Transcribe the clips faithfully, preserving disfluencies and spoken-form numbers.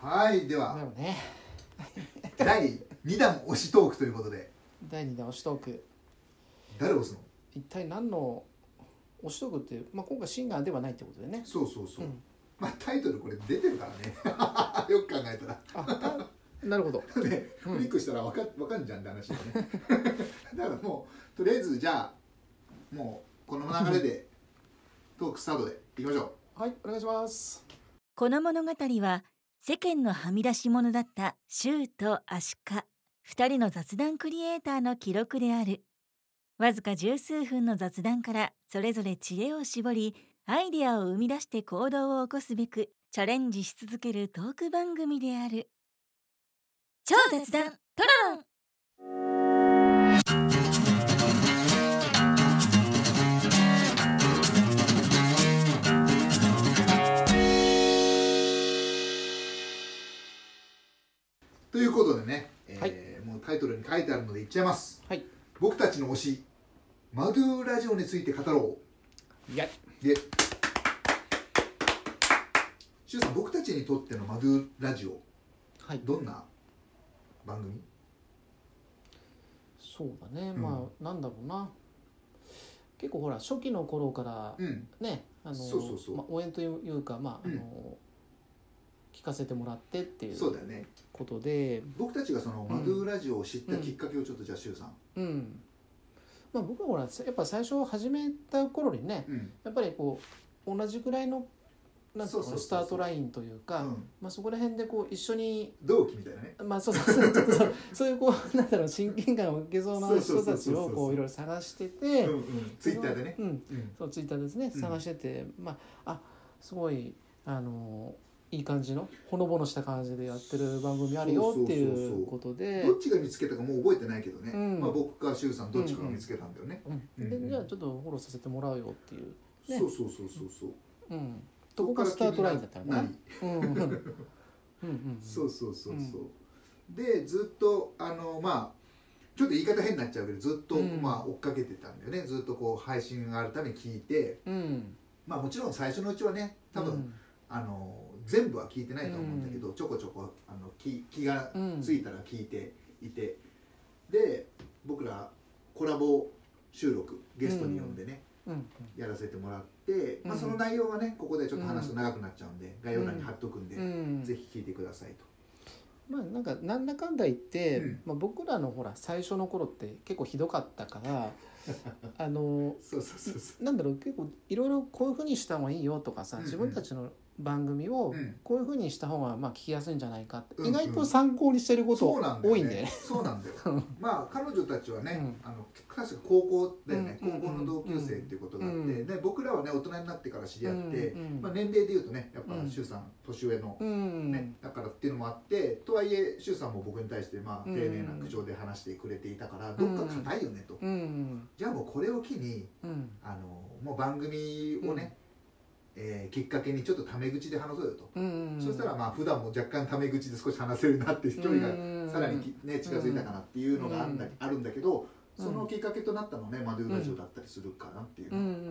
はい、ではでもねだいにだん推しトークということで、 だいにだん推しトーク、 誰推すの？ 一体何の推しトークって、まあ、今回シンガーではないってことでね。 そうそうそう、 うん、 まあタイトルこれ出てるからねよく考えたらあなるほどね、クリックしたらわかわかんじゃんって話だよねだからもうとりあえずじゃあもうこの流れでトークスタートでいきましょうはい、お願いします。 この物語は世間のはみ出し者だったシューとアシカ二人の雑談クリエイターの記録である。わずか十数分の雑談からそれぞれ知恵を絞りアイデアを生み出して行動を起こすべくチャレンジし続けるトーク番組である。超雑談トロロン。 うということでね、えーはい、 もうタイトルに書いてあるので言っちゃいます。 はい、 僕たちの推しマドゥラジオについて語ろう。 いやで、シュウさん、僕たちにとってのマドゥラジオ、 はい、 どんな番組？ そうだね、 うん、 まあなんだろうな、結構ほら初期の頃からね、うん、あのそうそうそう、 まあ、応援というか、まあ、 うん、 あの聞かせてもらってっていうそうだよね。 ことで、 僕たちがそのマドゥラジオを知ったきっかけをちょっとじゃあシュウさん。 うん、うんまあ、僕はほらやっぱ最初始めた頃にね、うん、やっぱりこう同じくらいのなんていうのスタートラインというか、うんまあ、そこら辺でこう一緒に同期みたいなね、 まあそうそうそうちょっとそうそういうこうなんだろう親近感を受けそうな人たちをこういろいろ探してて、 うんうん、ツイッターでね、 うんうん、そうツイッターですね、探してて、まああすごいあのいい感じのほのぼのした感じでやってる番組あるよっていうことで、 どっちが見つけたかもう覚えてないけどね、うんまあ、僕かシュウさんどっちかが見つけたんだよね、 うんうん、でじゃあちょっとフォローさせてもらうよっていう、 ね、そうそうそうそうそう、 うんそこがスタートラインだったのかな。 そうそうそうそう、うん、でずっとあのまあちょっと言い方変になっちゃうけどずっと、うん、まあ追っかけてたんだよね。ずっとこう配信があるために聞いて、うん、まあもちろん最初のうちはね多分、うん、あの全部は聞いてないと思うんだけど、うん、ちょこちょこあの 気, 気がついたら聞いていて、うん、で僕らコラボ収録ゲストに呼んでね、うん、やらせてもらって、うんまあ、その内容はねここでちょっと話すと長くなっちゃうんで、うん、概要欄に貼っとくんで、うん、ぜひ聞いてくださいと。 まあなんかなんだかんだ言って、うんまあ、僕らのほら最初の頃って結構ひどかったからあのそうそうそうそうなんだろう結構いろいろこういう風にした方がいいよとかさ、うんうん、自分たちの番組をこういう風にした方がまあ聞きやすいんじゃないかって、うんうん、意外と参考にしてること多いんだよね。 そうなんだよ、ね、まあ彼女たちはね、うん、あの確か高校だよね、うん、高校の同級生っていうことがあって、うん、で僕らはね大人になってから知り合って、うんまあ、年齢でいうとねやっぱシュウさん年上の、ねうん、だからっていうのもあってとはいえシュウさんも僕に対してまあ丁寧な口調で話してくれていたからどっか硬いよねと、うん、じゃあもうこれを機に、うん、あのもう番組をね、うんえー、きっかけにちょっとタメ口で話そうよと、うんうんうん、そしたらまあ普段も若干タメ口で少し話せるなって距離がさらに、ね、近づいたかなっていうのがあるんだ、うんうん、あるんだけどそのきっかけとなったのはねマドゥラジオだったりするかなっていうの、うんうんうん、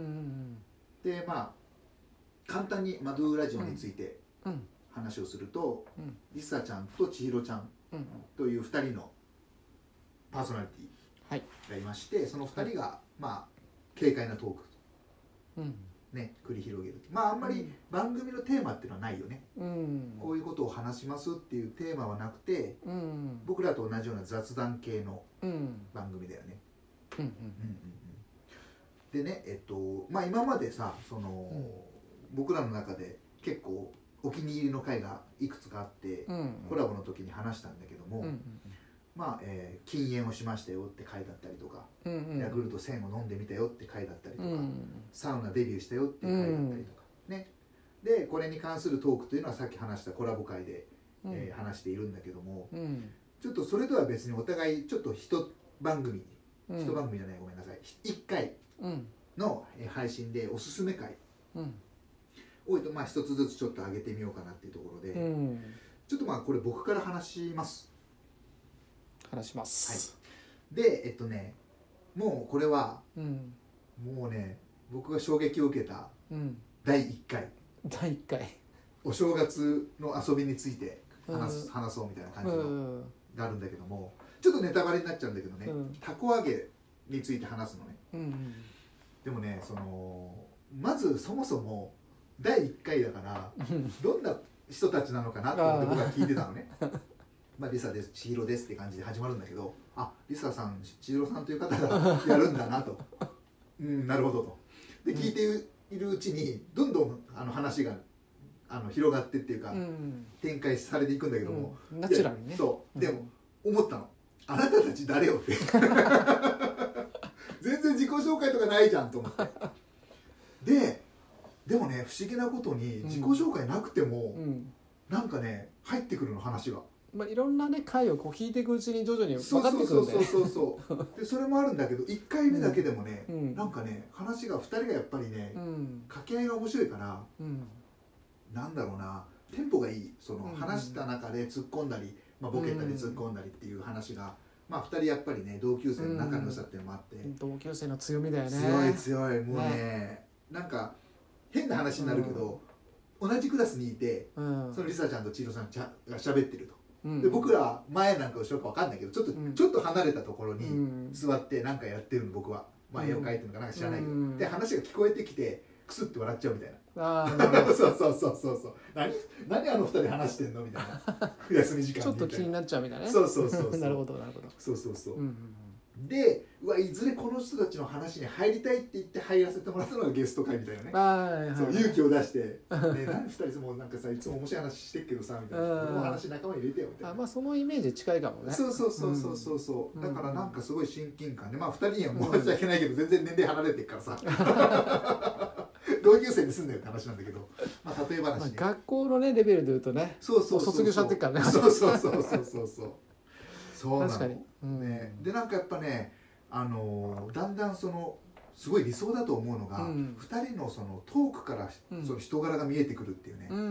でまあ簡単にマドゥラジオについて話をすると、うん、リサちゃんと千尋ちゃんというふたりのパーソナリティがいまして、はい、そのふたりがまあ軽快なトークと、うんね、繰り広げる。まああんまり番組のテーマっていうのはないよね、うん、こういうことを話しますっていうテーマはなくて、うん、僕らと同じような雑談系の番組だよね、うんうんうんうん、でねえっとまあ今までさその、うん、僕らの中で結構お気に入りの回がいくつかあって、うん、コラボの時に話したんだけども、うんうんまあえー、禁煙をしましたよって回だったりとか、うんうん、ヤクルトせんを飲んでみたよって回だったりとか、うん、サウナデビューしたよっていう回だったりとか、うん、ねでこれに関するトークというのはさっき話したコラボ会で、うんえー、話しているんだけども、うん、ちょっとそれとは別にお互いちょっと一番組、うん、一番組じゃないごめんなさいいっかいの配信でおすすめ回を、うん、まあ一つずつちょっと上げてみようかなっていうところで、うん、ちょっとまあこれ僕から話します話します、 はい、でえっとねもうこれは、うん、もうね僕が衝撃を受けただいいっかい、 だいいっかいお正月の遊びについて話す、うん、話そうみたいな感じのがあるんだけども、ちょっとネタバレになっちゃうんだけどね、うん、たこ揚げについて話すのね、うん、でもねそのまずそもそもだいいっかいだからどんな人たちなのかなって思って僕は聞いてたのねまあリサです千尋ですって感じで始まるんだけど、あリサさん千尋さんという方がやるんだなとうんなるほどとで聞いているうちにどんどんあの話があの広がってっていうか、うん、展開されていくんだけども、 うん、ナチュラルにね。 そうでも、うん、思ったの、あなたたち誰よって全然自己紹介とかないじゃんと思ってででもね不思議なことに自己紹介なくても、うん、なんかね入ってくるの話が、 まあ、いろんなね回をこう聞いていくうちに徐々に分かってくるんだよね。 そうそうそうそうでそれもあるんだけどいっかいめだけでもね、うん、なんかね話がふたりがやっぱりね、うん、掛け合いが面白いから、うん、なんだろうなテンポがいい、その話した中で突っ込んだり、まあ、ボケたり突っ込んだりっていう話が、まあ、ふたりやっぱりね同級生の仲の良さっていうのもあって、うん、 同級生の強みだよね。 強い強いもうね、ねなんか変な話になるけど、うん、同じクラスにいて、うん、そのリサちゃんと千尋さんが喋ってると、うん、で僕ら前なんか後ろか分かんないけどちょっと、うん、ちょっと離れたところに座ってなんかやってるの僕は、まあ、絵を描いてるのかなんか知らないけど、うん、で話が聞こえてきてクスって笑っちゃうみたいな。あそうそうそうそうそう何何あの二人話してんのみたいな休み時間にちょっと気になっちゃうみたいなね。 そうそうそうそうなるほどなるほど。 そうそうそう、うんうんうん、でうわいずれこの人たちの話に入りたいって言って入らせてもらったのがゲスト会みたいなね。はいはい、そう勇気を出して、ね、何二人もなんかさいつも面白い話してるけどさみたいな、この話仲間に入れてよみたいな。 あ、まあ、そのイメージ近いかもね。 そうそうそうそうそうそう、うん、だからなんかすごい親近感で、まあふたりには申し訳ないけど全然年齢離れてるからさ同級生に住んでるって話なんだけど、まあ、例え話、ね、 まあ、学校のねレベルで言うとね、 そうそうそうそう卒業しちゃってるからね。 そうそうそうそうそうそうそうなの。 確かに、うんね、でなんかやっぱね、あのー、だんだんそのすごい理想だと思うのが、うん、ふたりのそのトークからその人柄が見えてくるっていうね、うん、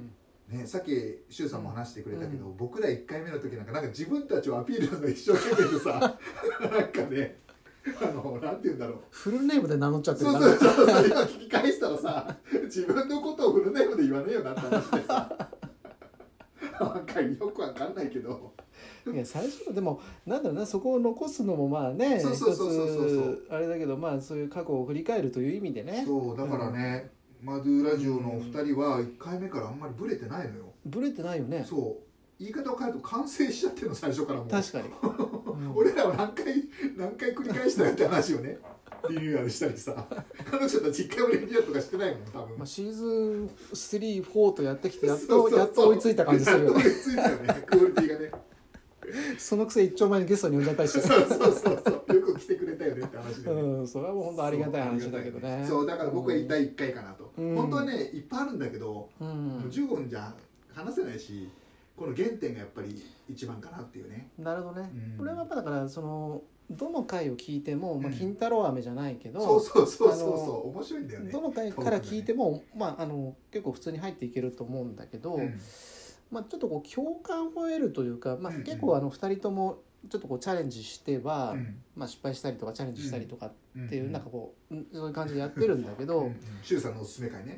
ね、さっき周さんも話してくれたけど、うん、僕らいっかいめの時なんかなんか自分たちをアピールするの一生懸命でさなんかねあのなんて言うんだろう、 フルネームで名乗っちゃってるから、そうそうそうそう今聞き返したらさ自分のことをフルネームで言わねえよなって話でさなんかよくわかんないけどいや最初でもなんだろうな、そこを残すのもまあね一つあれだけど、まあそういう過去を振り返るという意味でね。 そうだからね、うん、マドゥラジオのお二人はいっかいめからあんまりブレてないのよ。 ブレてないよね。 そう言い方を変えると完成しちゃってるの最初からもう。 確かに、 うん、俺らは何回何回繰り返したよって話をねリニューアルしたりさ彼女たちいっかいもリニューアルとかしてないもん多分、 まあ、シーズンスリー、フォーとやってきてやっとそうそうそうやっと追いついた感じするよね。 やっと追いついたよねクオリティがねそのくせ一丁前にゲストに呼んじゃったりしてそうそうそうそうよく来てくれたよねって話で、ね、 うん、それはもう本当ありがたい話だけどね。 そうだから僕はだいいっかいかなと、うん、本当はねいっぱいあるんだけど、うん、もうじゅうごふんじゃ話せないし、この原点がやっぱり一番かなっていうね。 なるほどね、うん、これはやっぱだからそのどの回を聞いても、まあ、金太郎飴じゃないけど、 うん、そうそうそうそうそう面白いんだよね。 どの回から聞いても、まあ、あの結構普通に入っていけると思うんだけど、うん、まあ、ちょっとこう共感を得るというか、まあ、結構あのふたりともちょっとこうチャレンジしては、うん、まあ、失敗したりとかチャレンジしたりとかっていう、うん、なんかこうそういう感じでやってるんだけど、 周さんのおすすめ回ね、 うん、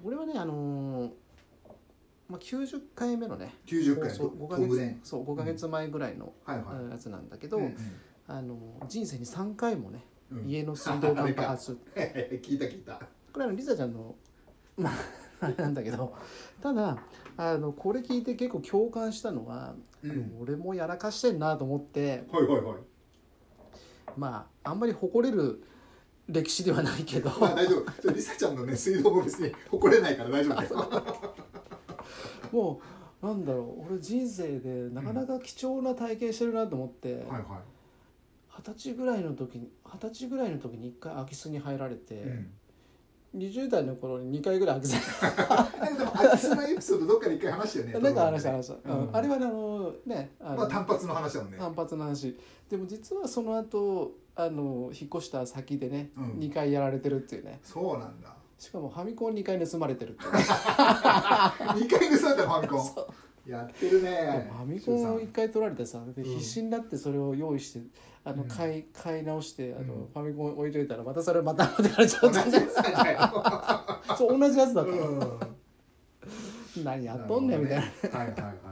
俺はねあのーまあ、きゅうじゅっかいめのねきゅうじゅっかいそうごかげつ、そうごかげつまえぐらいのやつなんだけど、うんはいはい、あの人生にさんかいもね、うん、家の水道管爆発聞いた聞いた。 これはリサちゃんのまああれなんだけど、ただあのこれ聞いて結構共感したのは、うん、あの俺もやらかしてんなと思って、 はいはいはい、 まああんまり誇れる歴史ではないけどまあ大丈夫、リサちゃんのね水道も別に誇れないから大丈夫だよもうなんだろう、俺人生でなかなか貴重な体験してるなと思って、うんはいはい、はたちぐらいの時にはたちぐらいの時にいっかい空き巣に入られて、うん、にじゅう代の頃ににかいぐらい空き巣でも空き巣のエピソードどっかでいっかい話したよねなんか話した話した、うん、あれはねあのねあの、 まあ、単発の話だもんね。 単発の話でも実はその後あの引っ越した先でね、うん、にかいやられてるっていうね。 そうなんだ。 しかもファミコンにかい盗まれてるってにかい盗まれたのファミコンやってるね。 ファミコンをいっかい取られてさ、で必死になってそれを用意してあの買い、買い直してあの、うん、ファミコン置いといたらまたそれまた持ってかれちゃったんじゃないそう同じやつだった、うん、何やっとんねんみたいな、 はいはいはい、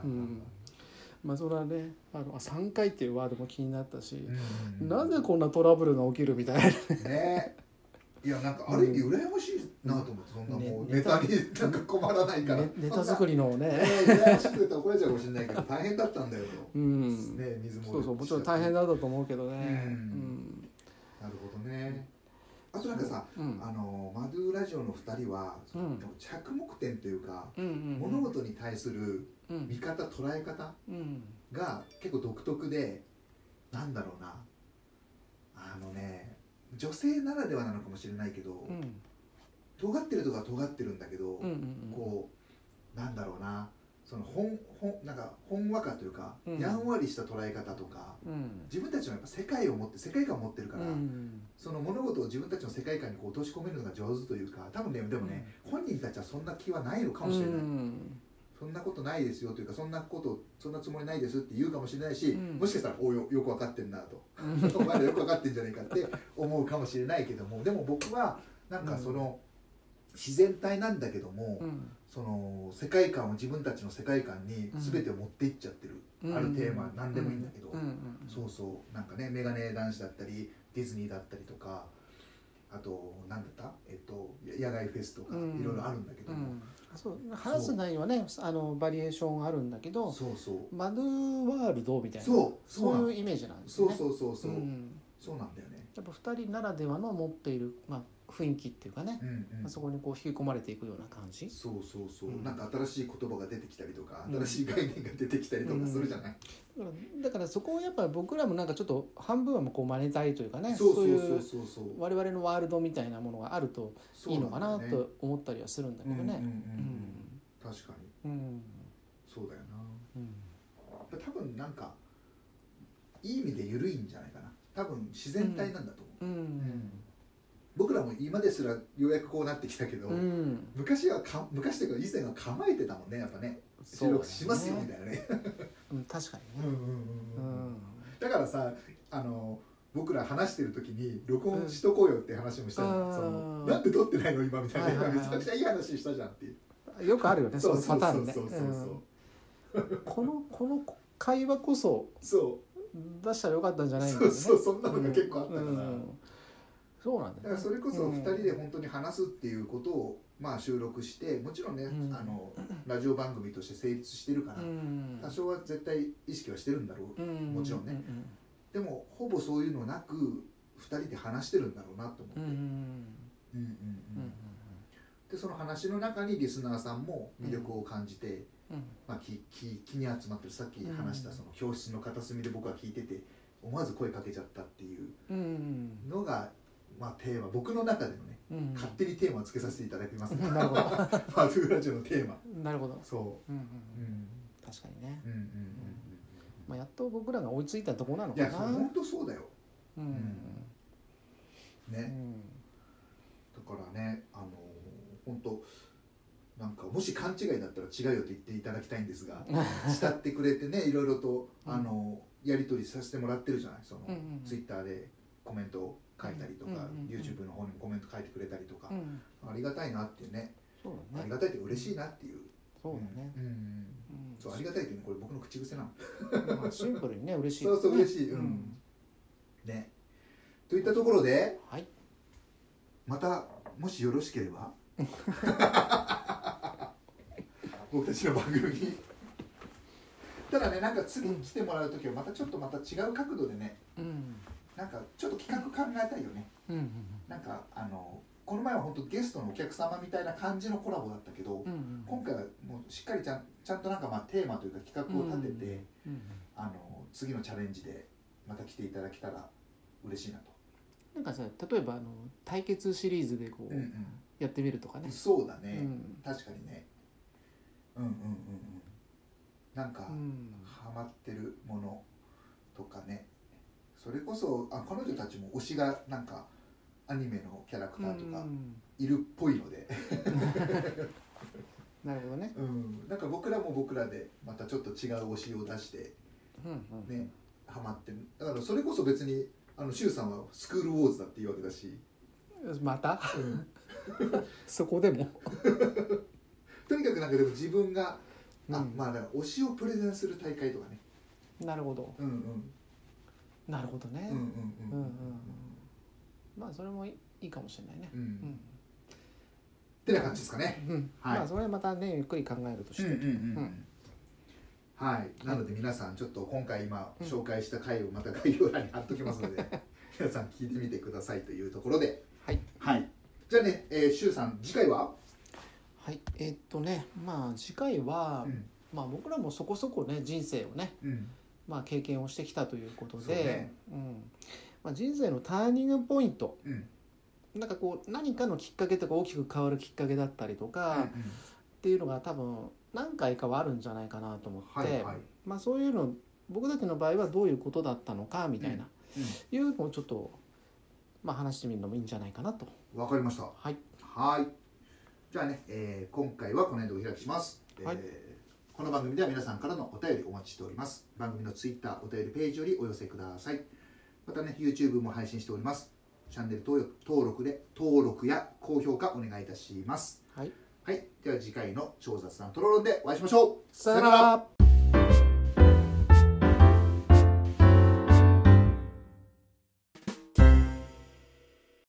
うんまあそれはねあのさんかいっていうワードも気になったし、 うん、 なぜこんなトラブルが起きるみたいなね。いやなんかある意味羨ましいなと思って、そんなもうネタになんか困らないから、 ね、ネタ作りのね羨ましく言ったら怒られちゃうかもしれないけど大変だったんだよと、 うんね、水もそうそうもちろん大変だったと思うけどね、 うんうん、なるほどね。あとなんかさ、うん、あのマドゥラジオのふたりは、うん、着目点というか、うんうんうん、物事に対する見方、うん、捉え方が結構独特で、なんだろうな、あのね女性ならではなのかもしれないけど、うん、尖ってるとか尖ってるんだけど、うんうんうん、こうなんだろうな、そのほんほんなんかほんわかというか、うん、やんわりした捉え方とか、うん、自分たちのやっぱ世界を持って世界観を持ってるから、うん、その物事を自分たちの世界観にこう落とし込めるのが上手というか、多分ねでもね、うん、本人たちはそんな気はないのかもしれない、うん、そんなことないですよというか、そんなことそんなつもりないですって言うかもしれないし、うん、もしかしたらおよよく分かってんなとお前らよく分かってんじゃないかって思うかもしれないけども、でも僕はなんかその、うん、自然体なんだけども、うん、その世界観を自分たちの世界観に全てを持っていっちゃってる、うん、あるテーマ何でもいいんだけど、うん、そうそうなんかねメガネ男子だったりディズニーだったりとか、あと何だったえっと野外フェスとかいろいろあるんだけども、うんそう話す内容はねあのバリエーションあるんだけど、 そうそうマドゥワールドみたいな、 そうそういうイメージなんですね。 そうそうそうそう、うん、そうなんだよね。 やっぱふたりならではの持っている、まあ、雰囲気っていうかね、うんうんまあ、そこにこう引き込まれていくような感じ。 そうそうそう、うん、なんか新しい言葉が出てきたりとか、新しい概念が出てきたりとかするじゃない、 うんうん、だからそこをやっぱり僕らもなんかちょっと半分はこう真似たいというかね、 そうそうそうそうそう、 我々のワールドみたいなものがあるといいのかなと思ったりはするんだけどね。 確かに、うん、そうだよな、うん、多分なんかいい意味で緩いんじゃないかな、多分自然体なんだと思う、うんうん、僕らも今ですらようやくこうなってきたけど、うん、昔はか昔というか以前は構えてたもんね、やっぱね、収録しますよみたいなねうん、確かにね、うんうんうんうん、 だからさあの僕ら話してる時に録音しとこうよって話もしたじゃん、うん、そのなんで撮ってないの今みたいな、今めちゃくちゃいい話したじゃんっていうよくあるよね、そのパターンね。このこの会話こそ出したらよかったんじゃないのかね。 そうそう、そんなのが結構あったから、うんうん、 そうなんだよね。 だからそれこそふたりで本当に話すっていうことをまあ収録して、もちろんね、うん、あのラジオ番組として成立してるから、うん、多少は絶対意識はしてるんだろう、うん、もちろんね、うん、でもほぼそういうのなくふたりで話してるんだろうなと思って、うんうんうんうんでその話の中にリスナーさんも魅力を感じて、うんまあ、気, 気, 気に集まってる、さっき話したその教室の片隅で僕は聞いてて思わず声かけちゃったっていうのが、まあ、テーマ、僕の中でのね、うん、勝手にテーマをつけさせていただきます、ね、なるほどマドゥラジオのテーマ。 なるほど、 そう、うんうんうん、 確かにね、うんうんうんうんまあ、やっと僕らが追いついたところなのかな。 いや本当そうだよ、うんうん、ね、うん、だからね、あの本当なんかもし勘違いだったら違うよと言っていただきたいんですが慕ってくれてね、いろいろとあの、うん、やり取りさせてもらってるじゃない、その、うんうん、ツイッターでコメントを書いたりとか、うんうんうん、YouTube の方にもコメント書いてくれたりとか、うん、ありがたいなっていうね、そうだね、ありがたいって嬉しいなっていう、 そうだね、うんうん、 そうありがたいっていうのこれ僕の口癖なのまあシンプルにね嬉しい、 そうそう嬉しい、うんうん、ねといったところで、はい、またもしよろしければ僕たちの番組にただね、なんか次来てもらう時はまたちょっとまた違う角度でね、うん、なんかちょっと企画考えたいよね、うんうんうん、なんかあのこの前は本当ゲストのお客様みたいな感じのコラボだったけど、うんうん、今回はもうしっかりちゃん、ちゃんとなんかまあテーマというか企画を立てて、うんうんうん、あの次のチャレンジでまた来ていただけたら嬉しいなと。 なんかさ、例えばあの対決シリーズでこう、うんうん、やってみるとかね。 そうだね、うん、確かにね、うんうんうんうん、なんか、うん、ハマってるものとかね、それこそあ彼女たちも推しがなんかアニメのキャラクターとかいるっぽいので、うん、 なるほどね、 うん、なんか僕らも僕らでまたちょっと違う推しを出して、うんうん、ね、ハマってる。だからそれこそ別にあのシュウさんはスクールウォーズだっていうわけだし、 また、うん、そこでもとにかくなんかでも自分があ、まあだから推しをプレゼンする大会とかね。 なるほど。 うんうん。 なるほどね。 うんうんうん。 うんうん。まあそれもいいかもしれないね。うん。 ってな感じですかね。 うん。まあそれはまたねゆっくり考えるとして。うんうんうん。 はい。なので皆さんちょっと今回今紹介した回をまた概要欄に貼っときますので、皆さん聞いてみてくださいというところで。はい。はい。じゃあね、えー、シュウさん次回は？ はい。えー、っとね、まあ次回は、うん、まあ僕らもそこそこね人生をね、うん、まあ経験をしてきたということで、ね、うん。まあ人生のターニングポイント。うん、なんかこう何かのきっかけとか大きく変わるきっかけだったりとか、うんうん、っていうのが多分何回かはあるんじゃないかなと思って、はいはい、まあそういうの僕たちの場合はどういうことだったのかみたいな、うんうん、いうのをちょっとまあ話してみるのもいいんじゃないかなと。 わかりました。はい。はい。じゃあね、えー、今回はこの辺でお開きします。はい、えー、この番組では皆さんからのお便りお待ちしております。番組のツイッターお便りページよりお寄せください。またね YouTube も配信しております。チャンネル登録登録で登録や高評価お願いいたします。はい。はい。では次回の超雑談トロロンでお会いしましょう。 さよなら。